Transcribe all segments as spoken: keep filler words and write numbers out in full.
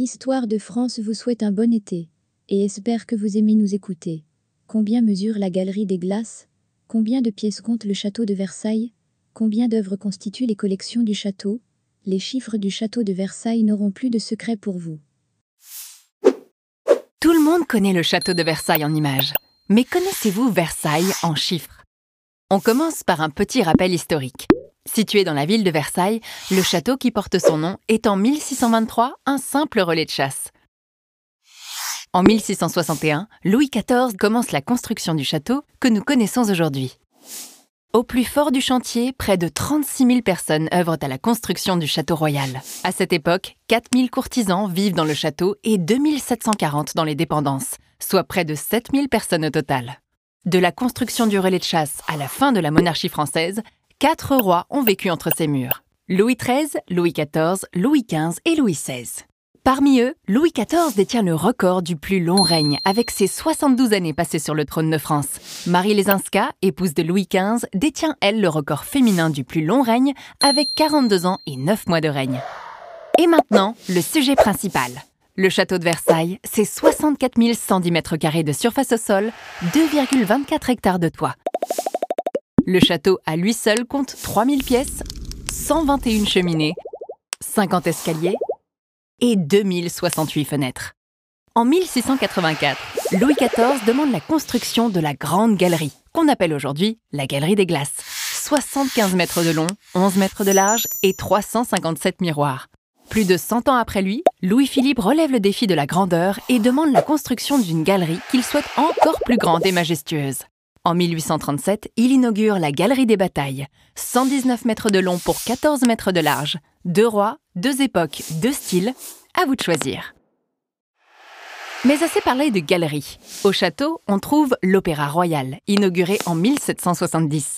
Histoire de France vous souhaite un bon été et espère que vous aimez nous écouter. Combien mesure la Galerie des Glaces? Combien de pièces compte le château de Versailles? Combien d'œuvres constituent les collections du château? Les chiffres du château de Versailles n'auront plus de secret pour vous. Tout le monde connaît le château de Versailles en images. Mais connaissez-vous Versailles en chiffres? On commence par un petit rappel historique. Situé dans la ville de Versailles, le château qui porte son nom est en mille six cent vingt-trois un simple relais de chasse. En mille six cent soixante et un, Louis quatorze commence la construction du château que nous connaissons aujourd'hui. Au plus fort du chantier, près de trente-six mille personnes œuvrent à la construction du château royal. À cette époque, quatre mille courtisans vivent dans le château et deux mille sept cent quarante dans les dépendances, soit près de sept mille personnes au total. De la construction du relais de chasse à la fin de la monarchie française, quatre rois ont vécu entre ces murs. Louis treize, Louis quatorze, Louis quinze et Louis seize. Parmi eux, Louis quatorze détient le record du plus long règne avec ses soixante-douze années passées sur le trône de France. Marie Lesinska, épouse de Louis quinze, détient elle le record féminin du plus long règne avec quarante-deux ans et neuf mois de règne. Et maintenant, le sujet principal. Le château de Versailles, c'est soixante-quatre mille cent dix mètres carrés de surface au sol, deux virgule vingt-quatre hectares de toit. Le château à lui seul compte trois mille pièces, cent vingt et une cheminées, cinquante escaliers et deux mille soixante-huit fenêtres. En mille six cent quatre-vingt-quatre, Louis quatorze demande la construction de la Grande Galerie, qu'on appelle aujourd'hui la Galerie des Glaces. soixante-quinze mètres de long, onze mètres de large et trois cent cinquante-sept miroirs. Plus de cent ans après lui, Louis-Philippe relève le défi de la grandeur et demande la construction d'une galerie qu'il souhaite encore plus grande et majestueuse. En mille huit cent trente-sept, il inaugure la Galerie des Batailles, cent dix-neuf mètres de long pour quatorze mètres de large. Deux rois, deux époques, deux styles, à vous de choisir. Mais assez parlé de galerie. Au château, on trouve l'Opéra Royal, inauguré en mille sept cent soixante-dix.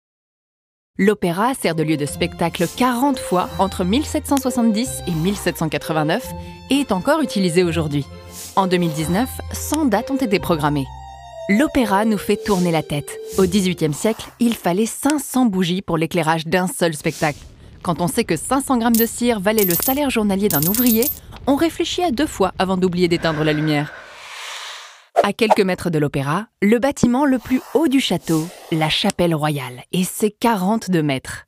L'opéra sert de lieu de spectacle quarante fois entre mille sept cent soixante-dix et mille sept cent quatre-vingt-neuf et est encore utilisé aujourd'hui. En deux mille dix-neuf, cent dates ont été programmées. L'opéra nous fait tourner la tête. Au dix-huitième siècle, il fallait cinq cents bougies pour l'éclairage d'un seul spectacle. Quand on sait que cinq cents grammes de cire valaient le salaire journalier d'un ouvrier, on réfléchit à deux fois avant d'oublier d'éteindre la lumière. À quelques mètres de l'opéra, le bâtiment le plus haut du château, la chapelle royale, et ses quarante-deux mètres.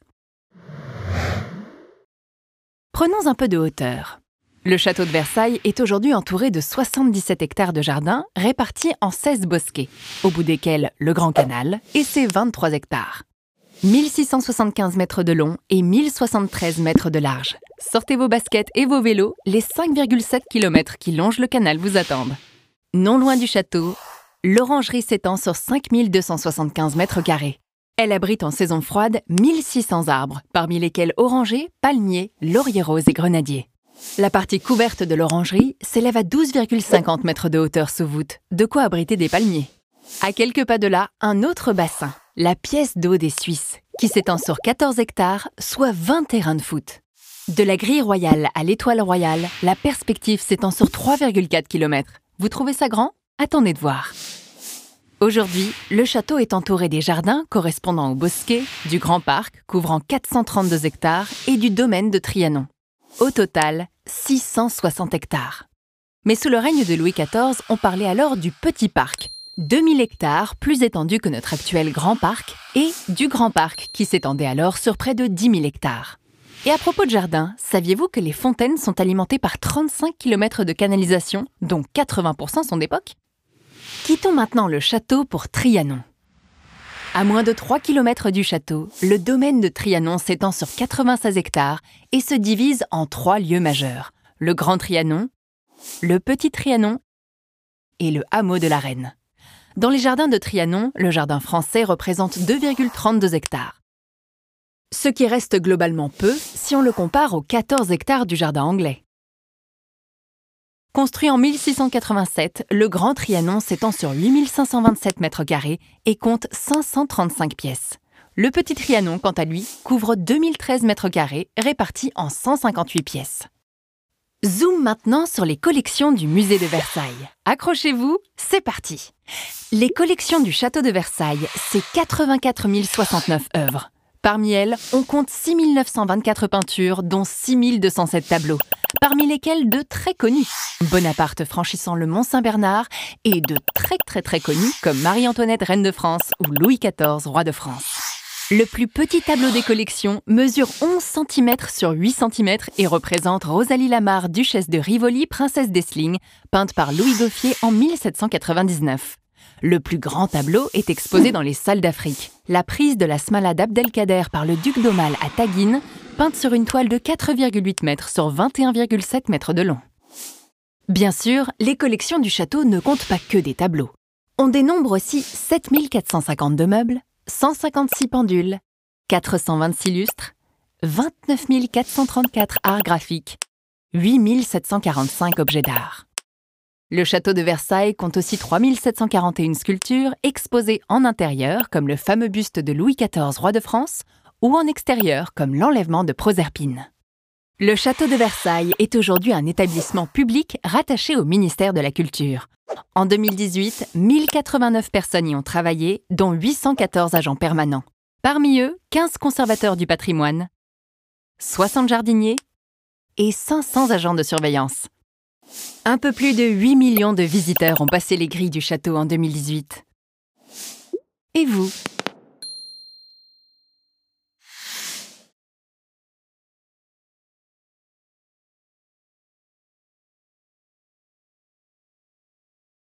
Prenons un peu de hauteur. Le château de Versailles est aujourd'hui entouré de soixante-dix-sept hectares de jardins répartis en seize bosquets, au bout desquels le Grand Canal et ses vingt-trois hectares. mille six cent soixante-quinze mètres de long et mille soixante-treize mètres de large. Sortez vos baskets et vos vélos, les cinq virgule sept kilomètres qui longent le canal vous attendent. Non loin du château, l'orangerie s'étend sur cinq mille deux cent soixante-quinze mètres carrés. Elle abrite en saison froide mille six cents arbres, parmi lesquels orangers, palmiers, lauriers roses et grenadiers. La partie couverte de l'orangerie s'élève à douze virgule cinquante mètres de hauteur sous voûte, de quoi abriter des palmiers. À quelques pas de là, un autre bassin, la pièce d'eau des Suisses, qui s'étend sur quatorze hectares, soit vingt terrains de foot. De la grille royale à l'étoile royale, la perspective s'étend sur trois virgule quatre kilomètres. Vous trouvez ça grand? Attendez de voir. Aujourd'hui, le château est entouré des jardins correspondant au bosquet, du grand parc couvrant quatre cent trente-deux hectares et du domaine de Trianon. Au total, six cent soixante hectares. Mais sous le règne de Louis quatorze, on parlait alors du petit parc, deux mille hectares plus étendu que notre actuel grand parc, et du grand parc qui s'étendait alors sur près de dix mille hectares. Et à propos de jardin, saviez-vous que les fontaines sont alimentées par trente-cinq kilomètres de canalisation, dont quatre-vingts pour cent sont d'époque? Quittons maintenant le château pour Trianon. À moins de trois kilomètres du château, le domaine de Trianon s'étend sur quatre-vingt-seize hectares et se divise en trois lieux majeurs. Le Grand Trianon, le Petit Trianon et le hameau de la Reine. Dans les jardins de Trianon, le jardin français représente deux virgule trente-deux hectares. Ce qui reste globalement peu si on le compare aux quatorze hectares du jardin anglais. Construit en mille six cent quatre-vingt-sept, le Grand Trianon s'étend sur huit mille cinq cent vingt-sept mètres carrés et compte cinq cent trente-cinq pièces. Le Petit Trianon, quant à lui, couvre deux mille treize mètres carrés répartis en cent cinquante-huit pièces. Zoom maintenant sur les collections du musée de Versailles. Accrochez-vous, c'est parti! Les collections du château de Versailles, c'est quatre-vingt-quatre mille soixante-neuf œuvres. Parmi elles, on compte six mille neuf cent vingt-quatre peintures, dont six mille deux cent sept tableaux, parmi lesquels de très connus, Bonaparte franchissant le Mont Saint-Bernard, et de très très très connus comme Marie-Antoinette, reine de France, ou Louis quatorze, roi de France. Le plus petit tableau des collections mesure onze centimètres sur huit centimètres et représente Rosalie Lamar, duchesse de Rivoli, princesse d'Essling, peinte par Louis Goffier en mille sept cent quatre-vingt-dix-neuf. Le plus grand tableau est exposé dans les salles d'Afrique. La prise de la Smala d'Abdelkader par le duc d'Aumale à Taguine, peinte sur une toile de quatre virgule huit mètres sur vingt et un virgule sept mètres de long. Bien sûr, les collections du château ne comptent pas que des tableaux. On dénombre aussi sept mille quatre cent cinquante-deux meubles, cent cinquante-six pendules, quatre cent vingt-six lustres, vingt-neuf mille quatre cent trente-quatre arts graphiques, huit mille sept cent quarante-cinq objets d'art. Le château de Versailles compte aussi trois mille sept cent quarante et une sculptures exposées en intérieur, comme le fameux buste de Louis quatorze, roi de France, ou en extérieur, comme l'enlèvement de Proserpine. Le château de Versailles est aujourd'hui un établissement public rattaché au ministère de la Culture. En deux mille dix-huit, mille quatre-vingt-neuf personnes y ont travaillé, dont huit cent quatorze agents permanents. Parmi eux, quinze conservateurs du patrimoine, soixante jardiniers et cinq cents agents de surveillance. Un peu plus de huit millions de visiteurs ont passé les grilles du château en deux mille dix-huit. Et vous ?